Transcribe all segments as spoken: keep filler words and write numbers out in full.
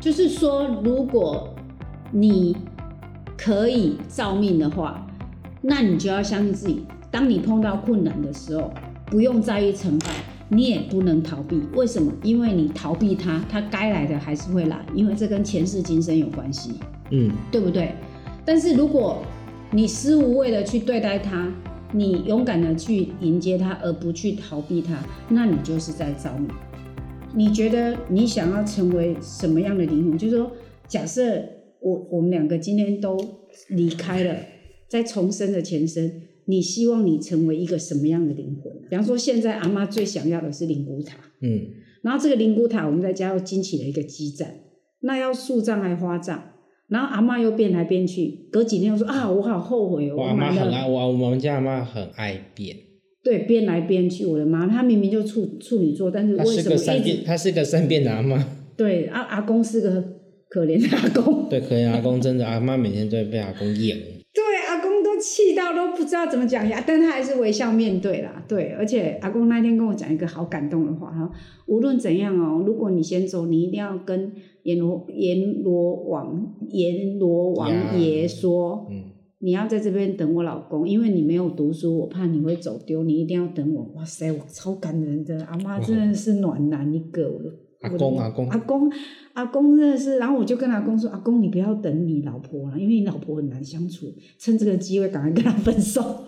就是说，如果你可以造命的话，那你就要相信自己。当你碰到困难的时候，不用在意成败，你也不能逃避。为什么？因为你逃避它，它该来的还是会来，因为这跟前世今生有关系， 嗯， 对不对？但是如果你施无畏的去对待它，你勇敢的去迎接它，而不去逃避它，那你就是在造命。你觉得你想要成为什么样的灵魂？就是说，假设我我们两个今天都离开了，在重生的前生，你希望你成为一个什么样的灵魂？比方说，现在阿妈最想要的是灵骨塔， 嗯， 然后这个灵骨塔我们在家又惊起了一个基站，那要树葬还花葬？然后阿嬷又变来变去，隔几天又说啊，我好后悔哦。 我阿嬷很爱我，我们家阿嬷很爱变。 对，变来变去，我的妈，她明明就处处女座，但是为什么一直？ 她是个善变的阿嬷。 对，阿阿公是个可怜的阿公。 对，可怜阿公真的，阿嬷每天都会被阿公演。 对，阿公都气到都不知道怎么讲呀，但他还是微笑面对啦。对，而且阿公那天跟我讲一个好感动的话，他说无论怎样哦，如果你先走，你一定要跟阎罗阎罗王阎罗王爷说，嗯，你要在这边等我老公，因为你没有读书，我怕你会走丢，你一定要等我。哇塞，我超感人的，阿嬷真的是暖男一个。我阿公阿公阿公阿公真的是，然后我就跟阿公说，阿公你不要等你老婆了，因为你老婆很难相处，趁这个机会赶快跟她分手。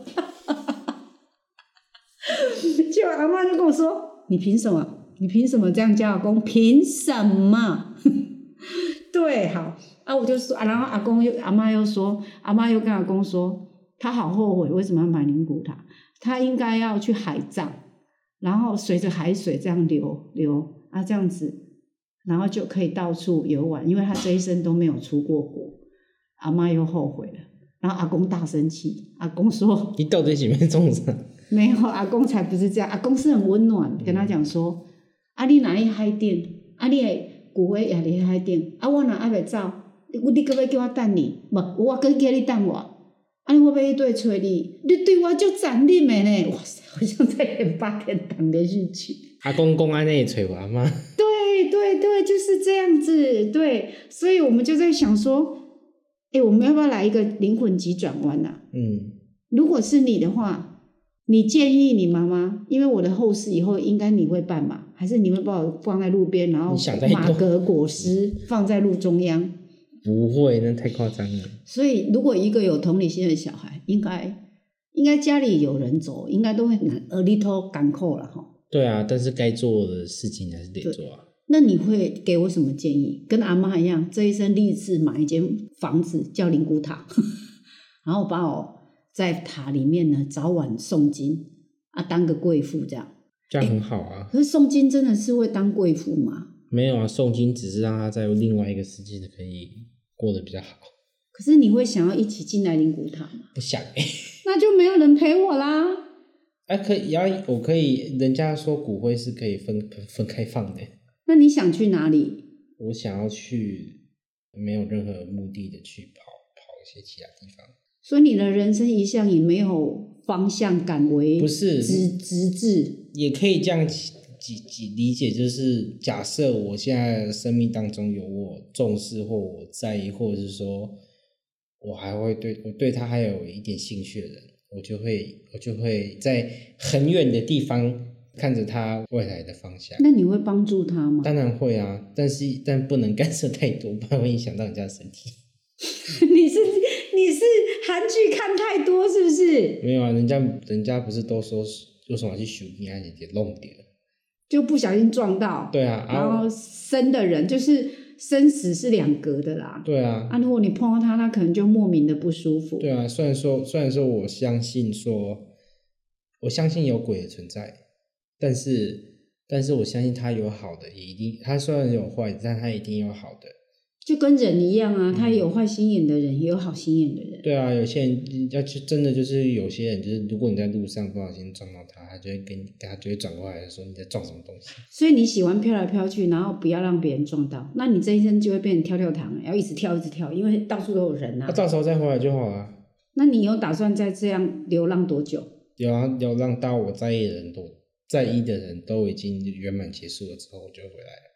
结果阿嬷就跟我说，你凭什么？你凭什么这样叫阿公？凭什么？对，好啊，我就说啊，然后阿公又阿嬷又说，阿嬷又跟阿公说，他好后悔为什么要买灵骨塔，他应该要去海葬，然后随着海水这样流流啊，这样子，然后就可以到处游玩，因为他这一生都没有出过国。阿嬷又后悔了，然后阿公大生气，阿公说：“ 你到底是没种啥？” 没有，阿公才不是这样，阿公是很温暖，跟他讲说：“啊，你哪去海顶？啊，你的骨灰也伫海顶，啊，我哪还袂走？你你搁要叫我等你？无，我搁叫你等我。啊，我要去对找你，你对我就残忍的呢！哇塞，好像在演八点档连续剧。 阿公公安内找我阿嬷。 对对对，就是这样子。对，所以我们就在想说，哎，我们要不要来一个灵魂急转弯啊？嗯，如果是你的话，你建议你妈妈，因为我的后事以后应该你会办嘛，还是你会把我放在路边，然后马革裹尸放在路中央？ 不会，那太夸张了。 所以，如果一个有同理心的小孩，应该应该家里有人走，应该都会耳里头赶扣了哈。 对啊，但是该做的事情还是得做啊。 那你会给我什么建议？跟阿嬷一样，这一生立志买一间房子叫灵骨塔，然后把我在塔里面呢早晚诵经啊，当个贵妇这样。 这样很好啊。 可是诵经真的是会当贵妇吗？ 没有啊，诵经只是让他在另外一个世界可以过得比较好。 可是你会想要一起进来灵骨塔吗？ 不想欸。 那就没有人陪我啦。 啊，可以，要我可以，人家说骨灰是可以分分开放的。 那你想去哪里？ 我想要去没有任何目的的去跑跑一些其他地方。 所以你的人生一向以没有方向感为不是直直至， 也可以这样理解，就是假设我现在生命当中有我重视或我在意，或者是说我还会对我对他还有一点兴趣的人，我就会我就会在很远的地方看着他未来的方向。 那你会帮助他吗？ 当然会啊，但是但不能干涉太多，不然会影响到人家的身体。 你是你是韩剧看太多是不是？ 没有啊，人家人家不是都说为什么要去修你啊，也弄掉， 就不小心撞到。 对啊， 然后生的人就是生死是两格的啦。 对啊， 啊，如果你碰到他，他可能就莫名的不舒服。 对啊，虽然说虽然说我相信说，我相信有鬼的存在，但是但是我相信他有好的，也一定他虽然有坏的，但他一定有好的。 就跟人一样啊，他也有坏心眼的人，嗯、也有好心眼的人。 对啊，有些人要去真的就是有些人就是，如果你在路上不小心撞到他，他就会跟你，他就会转过来说你在撞什么东西。 所以你喜欢飘来飘去，然后不要让别人撞到，那你这一生就会变成跳跳糖，要一直跳一直跳，因为到处都有人啊。 那、啊、到时候再回来就好了。 那你有打算再这样流浪多久？ 有啊，流浪到我在意的人都在意的人都已经圆满结束了之后，我就回来了。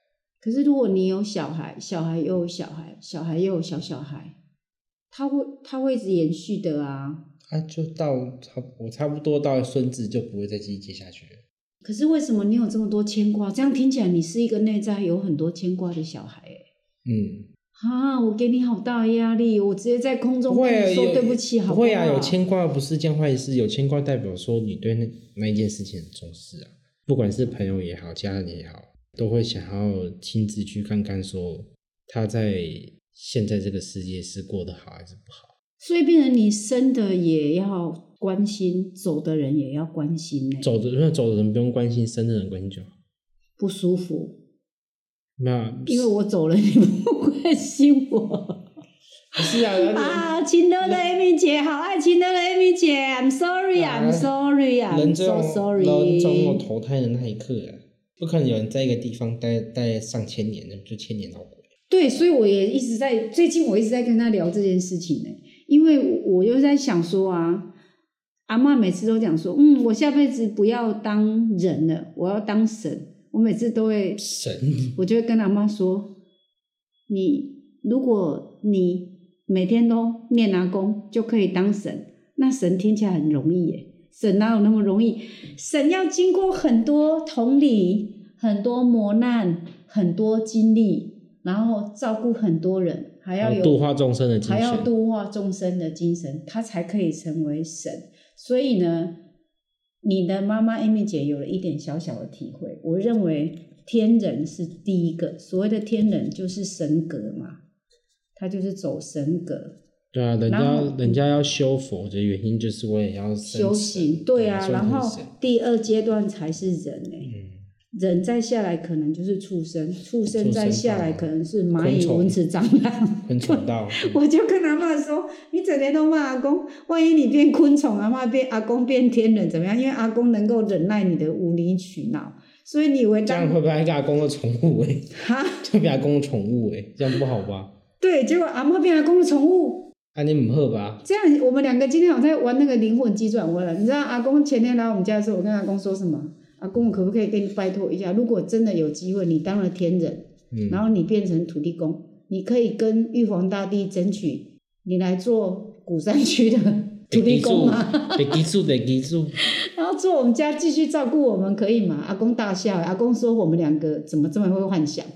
可是如果你有小孩，小孩又有小孩，小孩又有小小孩，他会他会一直延续的啊。 啊，就到差我差不多到孙子就不会再继续接下去了。 可是为什么你有这么多牵挂？这样听起来你是一个内在有很多牵挂的小孩哎。 嗯。 啊，我给你好大的压力，我直接在空中跟你说对不起，好不好？ 不会啊，有牵挂不是件坏事，有牵挂代表说你对那那一件事情很重视啊。不管是朋友也好，家人也好，都会想要亲自去看看，说他在现在这个世界是过得好还是不好。 所以变成你生的也要关心，走的人也要关心呢、欸。 走的走的人不用关心，生的人关心就好。 不舒服。 那因为我走了，你不关心我。 不是啊， 啊，亲热的 Amy 姐，好爱亲热的 Amy 姐 ，I'm sorry，I'm sorry，I'm so sorry。 人总有投胎的那一刻啊，不可能有人在一个地方待待上千年的，就千年老鬼。 对，所以我也一直在最近，我一直在跟他聊这件事情呢、欸，因为我又在想说啊，阿嬷每次都讲说，嗯，我下辈子不要当人了，我要当神。我每次都会神，我就会跟阿嬷说，你如果你每天都念阿公就可以当神，那神听起来很容易耶，神哪有那么容易？神要经过很多同理，很多磨难，很多经历，然后照顾很多人，还要有度化众生的精神， 还要度化众生的精神，他才可以成为神。所以呢，你的妈妈 Amy 姐有了一点小小的体会，我认为天人是第一个，所谓的天人就是神格嘛，他就是走神格。 对啊，人家人家要修佛的原因就是为了要修行，对啊，然后第二阶段才是人欸，嗯，人再下来可能就是畜生，畜生再下来可能是蚂蚁、蚊子、蟑螂。 昆虫道。 我就跟阿嬷说，你整天都骂阿公，万一你变昆虫，阿嬷变阿公变天人怎么样？因为阿公能够忍耐你的无理取闹，所以你以为这样会不会是阿公的宠物哎、欸？哈，就变阿公的宠物哎、欸，这样不好吧？ 对，结果阿嬷变阿公的宠物。 啊，你不好吧？ 这样，我们两个今天好像在玩那个灵魂急转弯了。你知道阿公前天来我们家的时候，我跟阿公说什么？阿公，我可不可以跟你拜托一下？如果真的有机会，你当了天人，嗯、然后你变成土地公，你可以跟玉皇大帝争取，你来做鼓山区的土地公吗？ 得记住，得记住。 然后做我们家继续照顾我们，可以吗？阿公大笑，阿公说我们两个怎么这么会幻想？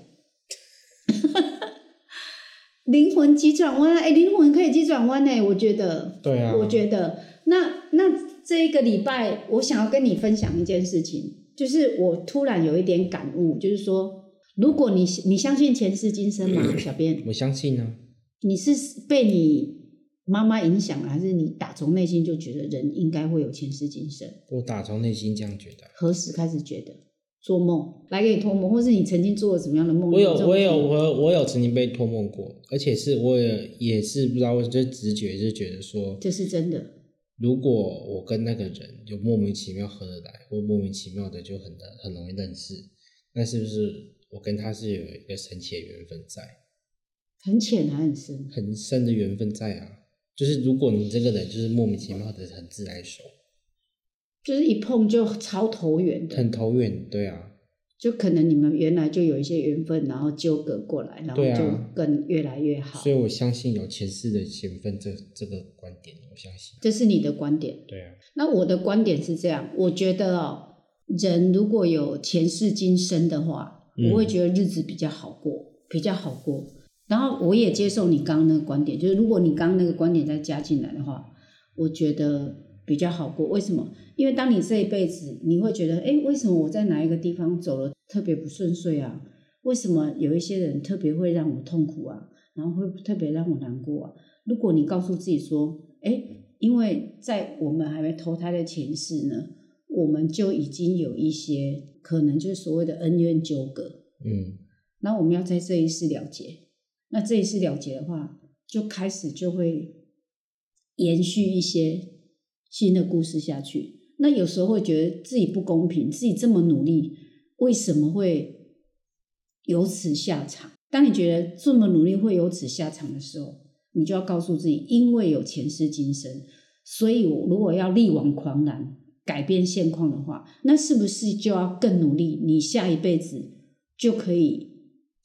灵魂急转弯，哎，灵魂可以急转弯呢，我觉得。 对啊。 我觉得，那那这一个礼拜，我想要跟你分享一件事情，就是我突然有一点感悟，就是说，如果你你相信前世今生吗，小编？ 我相信啊。 你是被你妈妈影响了，还是你打从内心就觉得人应该会有前世今生？ 我打从内心这样觉得。 何时开始觉得？做梦来给你托梦，或是你曾经做了什么样的梦？ 我有，我有，我我有曾经被托梦过，而且是我也也是不知道为什么，就直觉就觉得说这是真的。 如果我跟那个人有莫名其妙合得来，或莫名其妙的就很很容易认识，那是不是我跟他是有一个神奇的缘分在？ 很浅还很深？ 很深的缘分在啊！就是如果你这个人就是莫名其妙的很自来熟。 就是一碰就超投缘的， 很投缘，对啊， 就可能你们原来就有一些缘分，然后纠葛过来，然后就更越来越好。 啊、所以我相信有前世的缘分这这个观点，我相信这是你的观点。 对啊， 那我的观点是这样，我觉得哦，人如果有前世今生的话，嗯、我会觉得日子比较好过，比较好过。然后我也接受你刚刚那个观点，就是如果你刚刚那个观点再加进来的话，我觉得比较好过。为什么？因为当你这一辈子你会觉得，诶，为什么我在哪一个地方走了特别不顺遂啊？为什么有一些人特别会让我痛苦啊？然后会特别让我难过啊？如果你告诉自己说，诶，因为在我们还没投胎的前世呢，我们就已经有一些可能就是所谓的恩怨纠葛，嗯，然后我们要在这一世了结，那这一世了结的话，就开始就会延续一些新的故事下去。那有时候会觉得自己不公平，自己这么努力，为什么会有此下场？当你觉得这么努力会有此下场的时候，你就要告诉自己，因为有前世今生，所以我如果要力挽狂澜，改变现况的话，那是不是就要更努力？你下一辈子就可以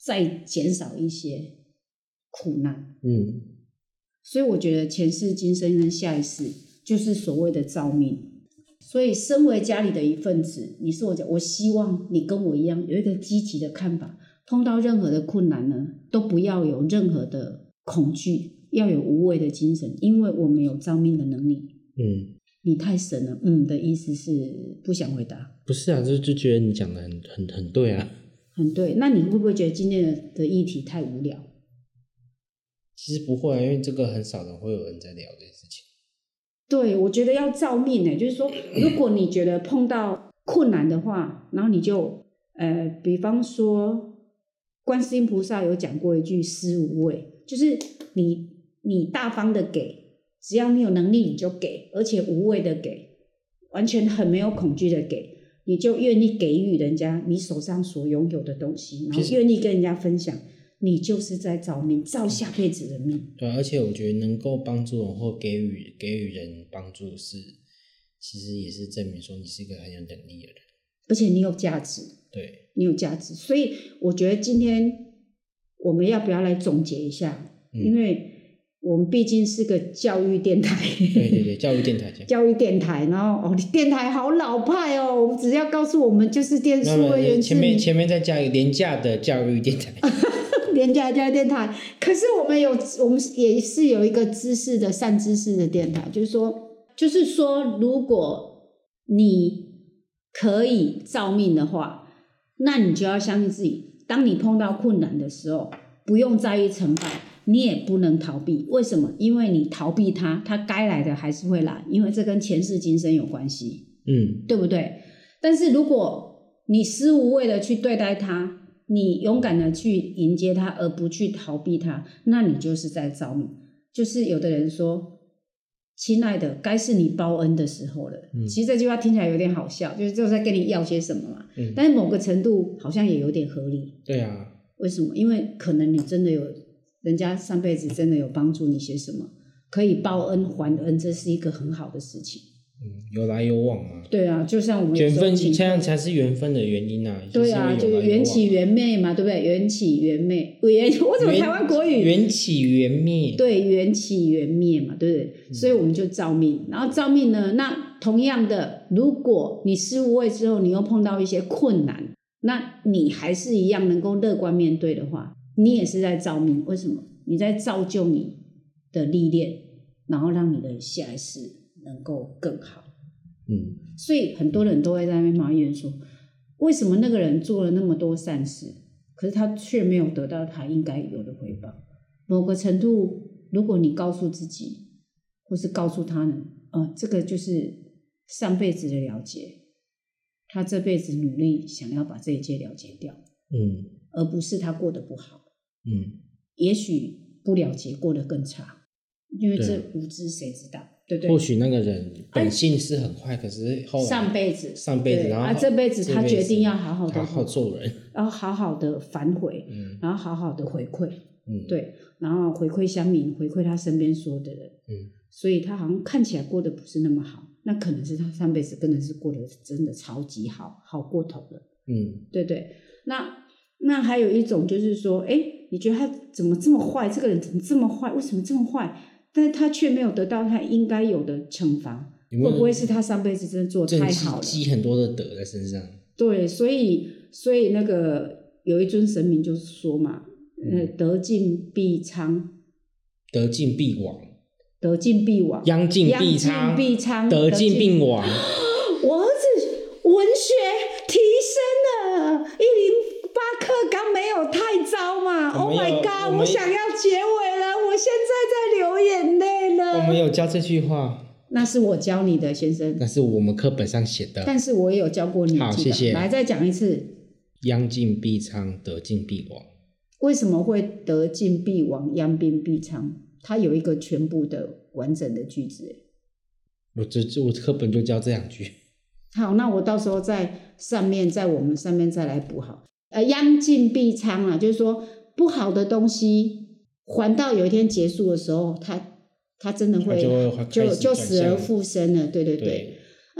再减少一些苦难。 嗯， 所以我觉得前世今生跟下一世就是所谓的造命。所以身为家里的一份子，你是我家，我希望你跟我一样有一个积极的看法，碰到任何的困难呢，都不要有任何的恐惧，要有无畏的精神，因为我们有造命的能力。 嗯， 你太神了，嗯的意思是不想回答。 不是啊，就就觉得你讲的很很很对啊。 很对，那你会不会觉得今天的的议题太无聊？ 其实不会啊，因为这个很少人会有人在聊这件事情。 对，我觉得要照命呢，就是说，如果你觉得碰到困难的话，然后你就呃，比方说，观世音菩萨有讲过一句施无畏，就是你你大方的给，只要你有能力你就给，而且无畏的给，完全很没有恐惧的给，你就愿意给予人家你手上所拥有的东西，然后愿意跟人家分享。你就是在造命，造下辈子的命。 对，而且我觉得能够帮助人或给予给予人帮助是，其实也是证明说你是一个很有能力的人， 而且你有价值。 对， 你有价值。所以我觉得今天我们要不要来总结一下？嗯、因为我们毕竟是个教育电台。 对对对，教育电台。 教育电台，然后哦，电台好老派哦，我们只要告诉我们就是电数位原前面前面再加一个廉价的教育电台。 廉价教育电台，可是我们有，我们也是有一个知识的善知识的电台，就是说，就是说，如果你可以造命的话，那你就要相信自己。当你碰到困难的时候，不用在意成败，你也不能逃避。为什么？因为你逃避它，它该来的还是会来，因为这跟前世今生有关系， 嗯， 对不对？但是如果你施无畏的去对待它，你勇敢的去迎接它，而不去逃避它，那你就是在造命。就是有的人说，亲爱的，该是你报恩的时候了。嗯、其实这句话听起来有点好笑，就是就是在跟你要些什么嘛。嗯、但是某个程度好像也有点合理。 对啊。 为什么？因为可能你真的有人家上辈子真的有帮助你些什么，可以报恩还恩，这是一个很好的事情。 嗯，有来有往嘛。 对啊，就像我们缘分，这样才是缘分的原因啊。 对啊，就是缘起缘灭嘛，对不对？缘起缘灭，缘我怎么台湾国语？ 缘起缘灭。 对，缘起缘灭嘛，对不对？嗯、所以我们就造命，然后造命呢，那同样的，如果你施无畏之后，你又碰到一些困难，那你还是一样能够乐观面对的话，你也是在造命。为什么？你在造就你的历练，然后让你的下一世能够更好。 嗯， 所以很多人都会在那边埋怨说，为什么那个人做了那么多善事，可是他却没有得到他应该有的回报。某个程度，如果你告诉自己或是告诉他人，呃，这个就是上辈子的了结，他这辈子努力想要把这一切了结掉， 嗯， 而不是他过得不好， 嗯， 也许不了结过得更差，因为这无知谁知道，对不对？ 或许那个人本性是很坏，可是后来上辈子上辈子，然后啊，这辈子他决定要好好的好好做人， 然后好好的反悔， 嗯， 然后好好的回馈， 嗯， 对，然后回馈乡民，回馈他身边所有的人， 嗯， 所以他好像看起来过得不是那么好，那可能是他上辈子真的是过得真的超级好，好过头了， 嗯， 对对。那那还有一种就是说，哎，你觉得他怎么这么坏？这个人怎么这么坏？为什么这么坏？但是他却没有得到他应该有的惩罚，会不会是他上辈子真的做得太好了， 积很多的德在身上？ 对，所以所以那个有一尊神明就是说嘛，呃，得尽必昌， 得尽必亡， 得尽必亡， 殃尽必昌， 必昌， 得尽必亡。 我儿子文学提升了一零八课纲没有太糟嘛 ？Oh my god！ 我, 我想要结尾了，我现在在流眼泪了。 我们有教这句话， 那是我教你的，先生。 那是我们课本上写的， 但是我也有教过你。 好，谢谢。 来，再讲一次。 殃尽必昌，得尽必亡。 为什么会得尽必亡，殃尽必昌？它有一个全部的完整的句子。 我这我课本就教这两句。 好，那我到时候在上面，在我们上面再来补好。呃，殃尽必昌啊，就是说不好的东西，还到有一天结束的时候，它它真的会就会就就死而复生了。对对对。 对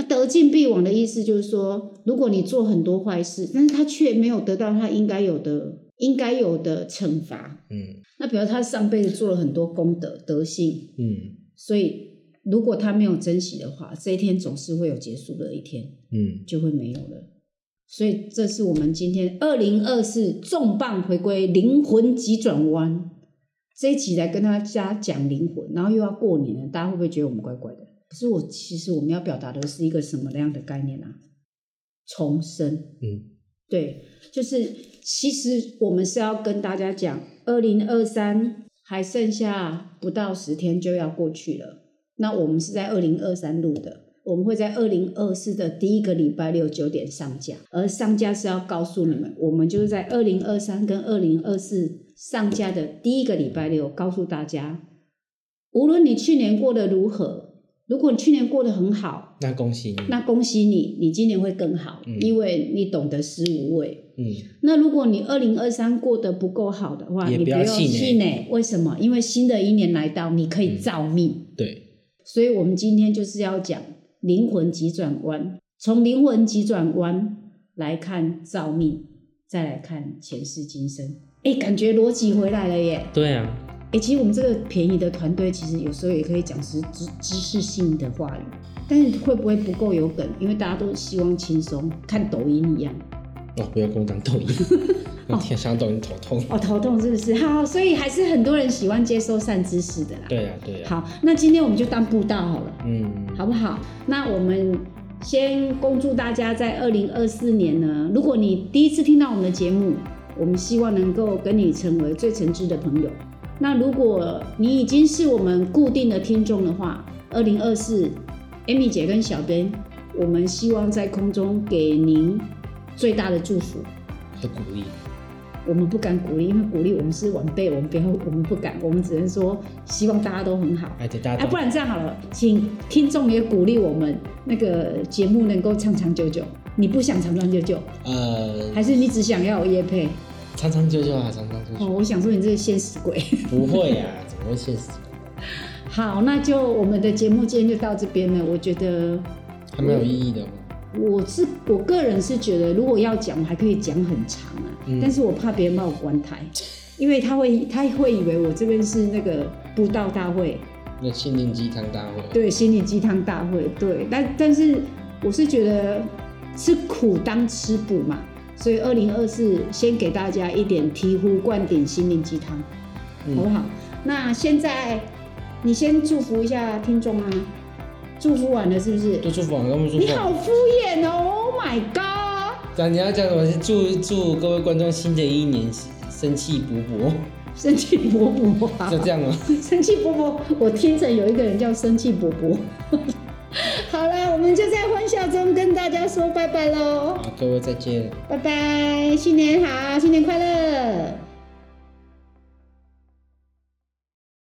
得尽必亡的意思就是说，如果你做很多坏事，但是他却没有得到他应该有的应该有的惩罚， 嗯， 那比如他上辈子做了很多功德德性， 嗯， 所以如果他没有珍惜的话，这一天总是会有结束的一天， 嗯， 就会没有了。所以这是我们今天二零二四重磅回归灵魂急转弯这一集来跟大家讲灵魂，然后又要过年了，大家会不会觉得我们怪怪的？可是我其实我们要表达的是一个什么样的概念啊？重生。 嗯， 对，就是其实我们是要跟大家讲，二零二三还剩下不到十天就要过去了。那我们是在二零二三录的，我们会在二零二四的第一个礼拜六九点上架，而上架是要告诉你们，我们就是在二零二三跟二零二四上架的第一个礼拜六，告诉大家，无论你去年过得如何，如果你去年过得很好， 那恭喜你， 那恭喜你，你今年会更好， 嗯、 因为你懂得施无畏。 嗯， 那如果你二零二三过得不够好的话， 也你不要气馁。为什么？因为新的一年来到，你可以造命。 嗯、对。 所以我们今天就是要讲灵魂急转弯，从灵魂急转弯来看造命，再来看前世今生。哎，感觉逻辑回来了耶。 对啊。 哎，其实我们这个便宜的团队，其实有时候也可以讲知知知识性的话语，但是会不会不够有梗？因为大家都希望轻松，看抖音一样。 哦，不要跟我讲抖音，我天，想抖音头痛。 哦，头痛是不是？好，所以还是很多人喜欢接受善知识的啦。 对啊，对啊。 好，那今天我们就当布道好了， 嗯， 好不好？那我们先恭祝大家在二零二四年呢，如果你第一次听到我们的节目，我们希望能够跟你成为最诚挚的朋友。那如果你已经是我们固定的听众的话，二零二四 Amy 姐跟小编，我们希望在空中给您最大的祝福和鼓励。 我们不敢鼓励，因为鼓励我们是晚辈，我们不要，我们不敢，我们只能说希望大家都很好。 哎，对，大家。哎， 不然这样好了，请听众也鼓励我们那个节目能够长长久久。你不想长长久久？呃，还是你只想要有业配？ 长长久久啊，长长久久。 哦，我想说你这个现实鬼。 不会呀、啊，怎么会现实？ 好，那就我们的节目今天就到这边了。我觉得还蛮有意义的。 我是我个人是觉得，如果要讲，我还可以讲很长啊。嗯、但是我怕别人把我关台，因为他会他会以为我这边是那个布道大会， 那心灵鸡汤大会。 对，心灵鸡汤大会。对，但但是我是觉得吃苦当吃补嘛。所以二零二四先给大家一点醍醐灌顶心灵鸡汤，嗯、好不好？那现在你先祝福一下听众啊，祝福完了是不是？ 都祝福完了，我们祝福。 你好敷衍哦 ！Oh my god！ 那你要讲什么？是祝祝各位观众新的一年生气勃勃， 生气勃勃啊！ 就这样吗？ 生气勃勃，我听成有一个人叫生气勃勃。好了，我们就在欢笑中跟大家说拜拜喽！ 好，各位再见， 拜拜，新年好，新年快乐！